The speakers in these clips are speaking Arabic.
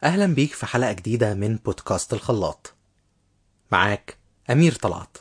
أهلا بيك في حلقة جديدة من بودكاست الخلاط. معاك أمير طلعت.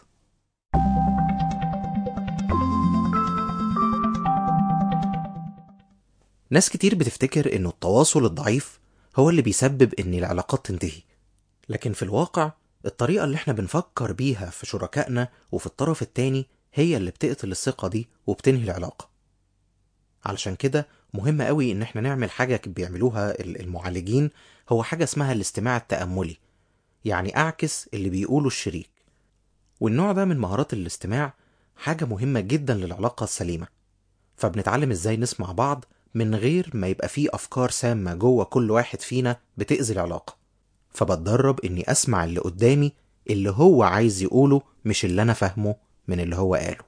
ناس كتير بتفتكر إنه التواصل الضعيف هو اللي بيسبب إن العلاقات تنتهي، لكن في الواقع الطريقة اللي احنا بنفكر بيها في شركائنا وفي الطرف التاني هي اللي بتقتل الثقة دي وبتنهي العلاقة. علشان كده مهم قوي إن احنا نعمل حاجة بيعملوها المعالجين، هو حاجة اسمها الاستماع التأملي، يعني أعكس اللي بيقوله الشريك. والنوع ده من مهارات الاستماع حاجة مهمة جدا للعلاقة السليمة، فبنتعلم ازاي نسمع بعض من غير ما يبقى فيه أفكار سامة جوه كل واحد فينا بتأذي العلاقة. فبتدرب اني اسمع اللي قدامي اللي هو عايز يقوله، مش اللي انا فاهمه من اللي هو قاله.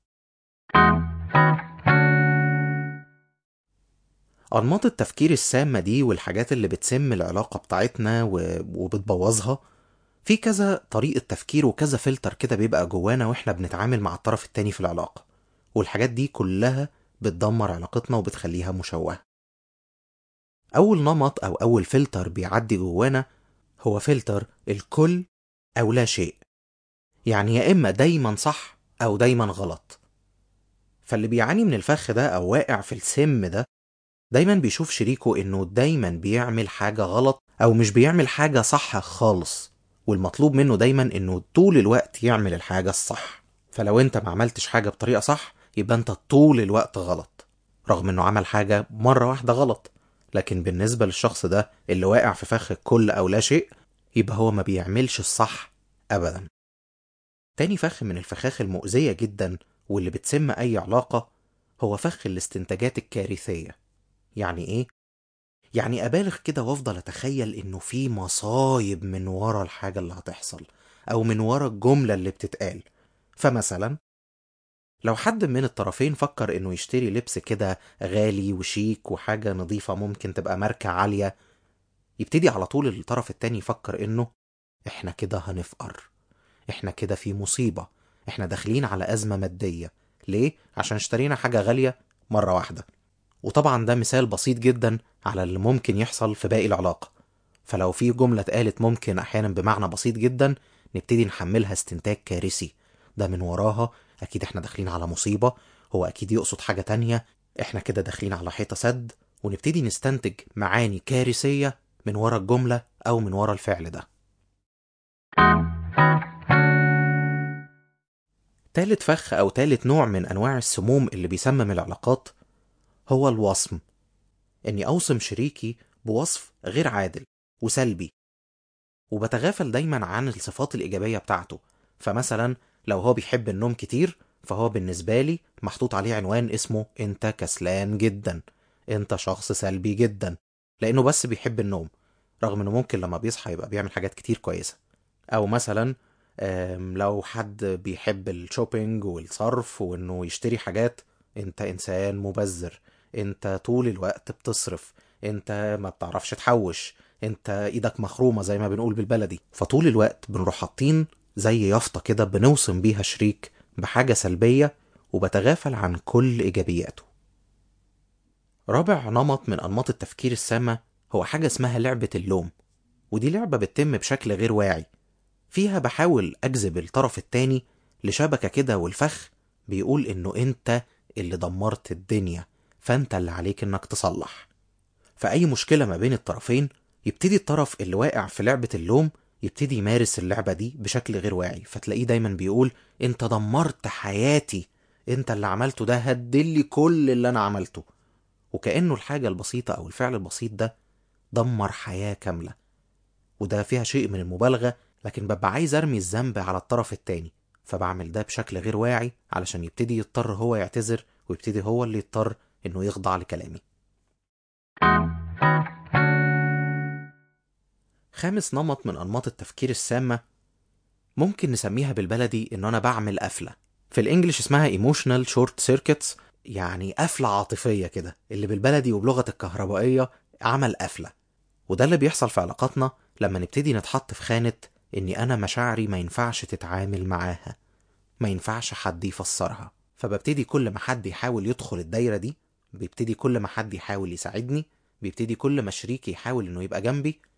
أنماط التفكير السامة دي والحاجات اللي بتسم العلاقة بتاعتنا وبتبوظها، في كذا طريقة تفكير وكذا فلتر كده بيبقى جوانا واحنا بنتعامل مع الطرف التاني في العلاقة، والحاجات دي كلها بتدمر علاقتنا وبتخليها مشوهة. أول نمط أو أول فلتر بيعدي جوانا هو فلتر الكل أو لا شيء، يعني يا إما دايما صح أو دايما غلط. فاللي بيعاني من الفخ ده أو واقع في السم ده دايما بيشوف شريكه إنه دايما بيعمل حاجة غلط أو مش بيعمل حاجة صح خالص، والمطلوب منه دايما إنه طول الوقت يعمل الحاجة الصح. فلو انت ما عملتش حاجة بطريقة صح يبقى انت طول الوقت غلط، رغم انه عمل حاجة مرة واحدة غلط. لكن بالنسبة للشخص ده اللي واقع في فخ الكل او لا شيء، يبقى هو ما بيعملش الصح ابدا. تاني فخ من الفخاخ المؤذية جدا واللي بتسم اي علاقة هو فخ الاستنتاجات الكارثية. يعني ايه؟ يعني ابالغ كده وافضل اتخيل انه في مصايب من ورا الحاجة اللي هتحصل او من ورا الجملة اللي بتتقال. فمثلا لو حد من الطرفين فكر انه يشتري لبس كده غالي وشيك وحاجة نظيفة ممكن تبقى ماركة عالية، يبتدي على طول الطرف التاني يفكر انه احنا كده هنفقر، احنا كده في مصيبة، احنا داخلين على أزمة مادية. ليه؟ عشان اشترينا حاجة غالية مرة واحدة. وطبعا ده مثال بسيط جدا على اللي ممكن يحصل في باقي العلاقة. فلو في جملة اتقالت ممكن احيانا بمعنى بسيط جدا نبتدي نحملها استنتاج كارثي، ده من وراها اكيد احنا داخلين على مصيبة، هو اكيد يقصد حاجة تانية، احنا كده داخلين على حيطة سد، ونبتدي نستنتج معاني كارثية من ورا الجملة او من ورا الفعل ده. تالت فخ او تالت نوع من انواع السموم اللي بيسمم العلاقات هو الوصم. اني اوصم شريكي بوصف غير عادل وسلبي، وبتغافل دايما عن الصفات الإيجابية بتاعته. فمثلا لو هو بيحب النوم كتير، فهو بالنسبة لي محطوط عليه عنوان اسمه انت كسلان جدا، انت شخص سلبي جدا، لانه بس بيحب النوم، رغم انه ممكن لما بيصحى يبقى بيعمل حاجات كتير كويسة. او مثلا لو حد بيحب الشوبينج والصرف وانه يشتري حاجات، انت انسان مبذر، انت طول الوقت بتصرف، انت ما بتعرفش تحوش، انت ايدك مخرومة زي ما بنقول بالبلدي. فطول الوقت بنروح حاطين زي يافطة كده بنوصم بيها شريك بحاجة سلبية وبتغافل عن كل ايجابياته. رابع نمط من انماط التفكير السامة هو حاجة اسمها لعبة اللوم، ودي لعبة بتتم بشكل غير واعي، فيها بحاول اجذب الطرف التاني لشبكة كده، والفخ بيقول انه انت اللي دمرت الدنيا، فانت اللي عليك انك تصلح. فأي مشكلة ما بين الطرفين يبتدي الطرف اللي واقع في لعبة اللوم يبتدي يمارس اللعبة دي بشكل غير واعي، فتلاقيه دايما بيقول انت دمرت حياتي، انت اللي عملته ده هدلي كل اللي انا عملته، وكأنه الحاجة البسيطة او الفعل البسيط ده دمر حياة كاملة. وده فيها شيء من المبالغة، لكن ببقى عايز ارمي الذنب على الطرف التاني، فبعمل ده بشكل غير واعي علشان يبتدي يضطر هو يعتذر ويبتدي هو اللي يضطر انه يخضع لكلامي. خامس نمط من أنماط التفكير السامة ممكن نسميها بالبلدي إنه أنا بعمل قفلة. في الإنجليش اسمها emotional short circuits، يعني قفلة عاطفية كده، اللي بالبلدي وبلغة الكهربائية عمل قفلة. وده اللي بيحصل في علاقاتنا لما نبتدي نتحط في خانة إني أنا مشاعري ما ينفعش تتعامل معاها، ما ينفعش حد يفسرها. فببتدي كل ما حد يحاول يدخل الدايرة دي، بيبتدي كل ما حد يحاول يساعدني، بيبتدي كل ما شريكي يحاول إنه يبقى جنبي،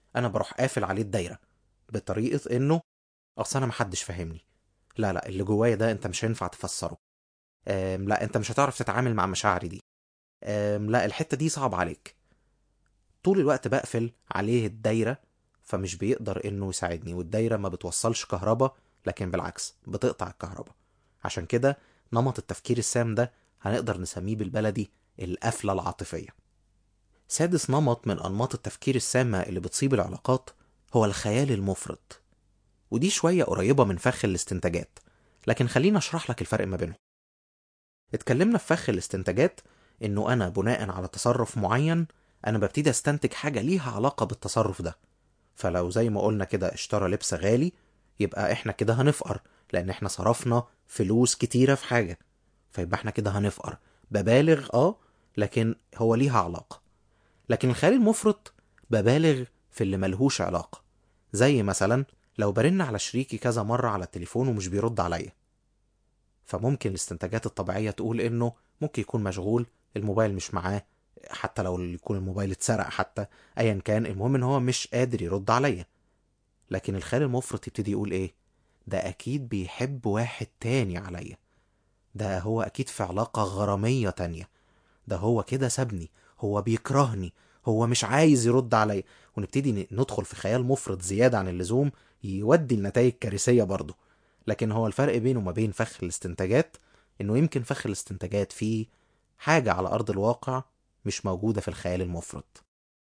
انا بروح قافل عليه الدايرة بطريقة انه اصل انا محدش فاهمني. لا لا، اللي جوايا ده انت مش هينفع تفسره. لا انت مش هتعرف تتعامل مع مشاعري دي. لا الحتة دي صعب عليك. طول الوقت بقفل عليه الدايرة، فمش بيقدر انه يساعدني، والدايرة ما بتوصلش كهرباء، لكن بالعكس بتقطع الكهرباء. عشان كده نمط التفكير السام ده هنقدر نسميه بالبلدي القفلة العاطفية. سادس نمط من أنماط التفكير السامة اللي بتصيب العلاقات هو الخيال المفرط، ودي شوية قريبة من فخ الاستنتاجات، لكن خلينا اشرح لك الفرق ما بينهم. اتكلمنا في فخ الاستنتاجات انه انا بناء على تصرف معين انا ببتدي استنتج حاجة ليها علاقة بالتصرف ده. فلو زي ما قلنا كده اشترى لبس غالي، يبقى احنا كده هنفقر لان احنا صرفنا فلوس كتيرة في حاجة، فيبقى احنا كده هنفقر. ببالغ لكن هو ليها علاقة. لكن الخيال المفرط ببالغ في اللي ملهوش علاقة. زي مثلا لو برن على شريكي كذا مرة على التليفون ومش بيرد عليا، فممكن الاستنتاجات الطبيعية تقول انه ممكن يكون مشغول، الموبايل مش معاه، حتى لو يكون الموبايل اتسرق، حتى ايا كان، المهم ان هو مش قادر يرد عليا. لكن الخيال المفرط يبتدي يقول ايه؟ ده اكيد بيحب واحد تاني عليا، ده هو اكيد في علاقة غرامية تانية، ده هو كده سابني، هو بيكرهني، هو مش عايز يرد عليا. ونبتدي ندخل في خيال مفرط زيادة عن اللزوم يودي لنتائج كارثية برضه. لكن هو الفرق بينه وما بين فخ الاستنتاجات انه يمكن فخ الاستنتاجات فيه حاجة على ارض الواقع مش موجودة في الخيال المفرط.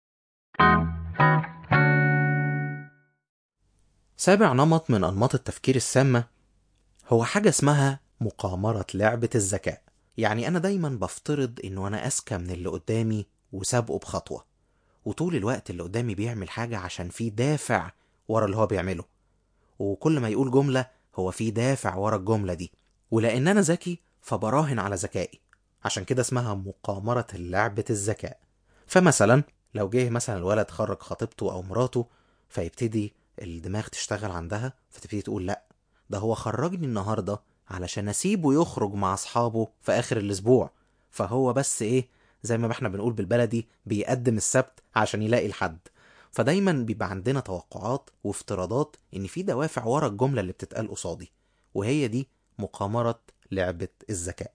سابع نمط من انماط التفكير السامة هو حاجة اسمها مقامرة لعبة الذكاء. يعني انا دايما بفترض انه انا اذكى من اللي قدامي وسابقه بخطوة، وطول الوقت اللي قدامي بيعمل حاجة عشان في دافع ورا اللي هو بيعمله، وكل ما يقول جملة هو في دافع ورا الجملة دي. ولأن أنا ذكي فبراهن على ذكائي، عشان كده اسمها مقامرة لعبة الذكاء. فمثلا لو جه مثلا الولد خرج خطيبته أو مراته، فيبتدي الدماغ تشتغل عندها فتبتدي تقول لأ، ده هو خرجني النهاردة علشان أسيبه يخرج مع أصحابه في آخر الأسبوع، فهو بس إيه، زي ما احنا بنقول بالبلدي بيقدم السبت عشان يلاقي الحد. فدايما بيبقى عندنا توقعات وافتراضات ان في دوافع ورا الجملة اللي بتتقال قصادي، وهي دي مقامرة لعبة الذكاء.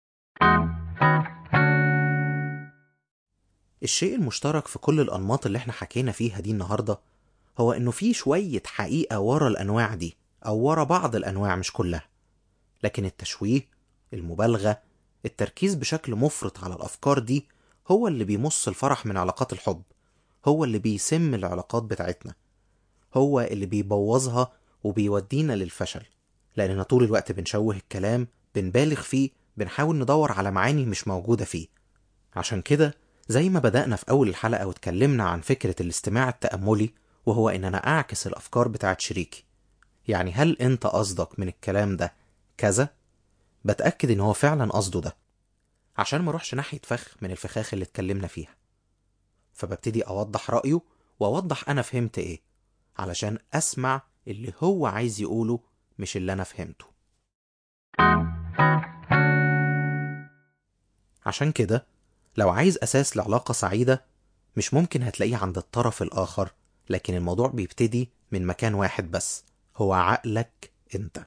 الشيء المشترك في كل الأنماط اللي احنا حكينا فيها دي النهاردة هو انه في شوية حقيقة ورا الأنواع دي، أو ورا بعض الأنواع مش كلها. لكن التشويه، المبالغة، التركيز بشكل مفرط على الأفكار دي هو اللي بيمص الفرح من علاقات الحب، هو اللي بيسم العلاقات بتاعتنا، هو اللي بيبوظها وبيودينا للفشل. لأننا طول الوقت بنشوه الكلام، بنبالغ فيه، بنحاول ندور على معاني مش موجودة فيه. عشان كده زي ما بدأنا في أول الحلقة واتكلمنا عن فكرة الاستماع التأملي، وهو إن أنا أعكس الأفكار بتاعت شريكي. يعني هل أنت قصدك من الكلام ده كذا؟ بتأكد إن هو فعلا قصده ده، عشان ما اروحش ناحية فخ من الفخاخ اللي اتكلمنا فيها. فببتدي أوضح رأيه وأوضح أنا فهمت إيه، علشان أسمع اللي هو عايز يقوله مش اللي أنا فهمته. عشان كده لو عايز أساس لعلاقة سعيدة مش ممكن هتلاقيه عند الطرف الآخر، لكن الموضوع بيبتدي من مكان واحد بس، هو عقلك أنت.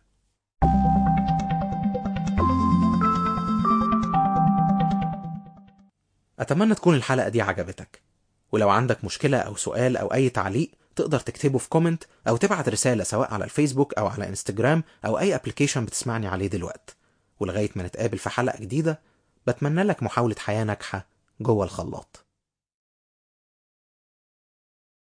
أتمنى تكون الحلقة دي عجبتك، ولو عندك مشكلة أو سؤال أو أي تعليق تقدر تكتبه في كومنت أو تبعت رسالة سواء على الفيسبوك أو على انستجرام أو أي ابليكيشن بتسمعني عليه دلوقت. ولغاية ما نتقابل في حلقة جديدة، بتمنى لك محاولة حياة ناجحة جوه الخلاط.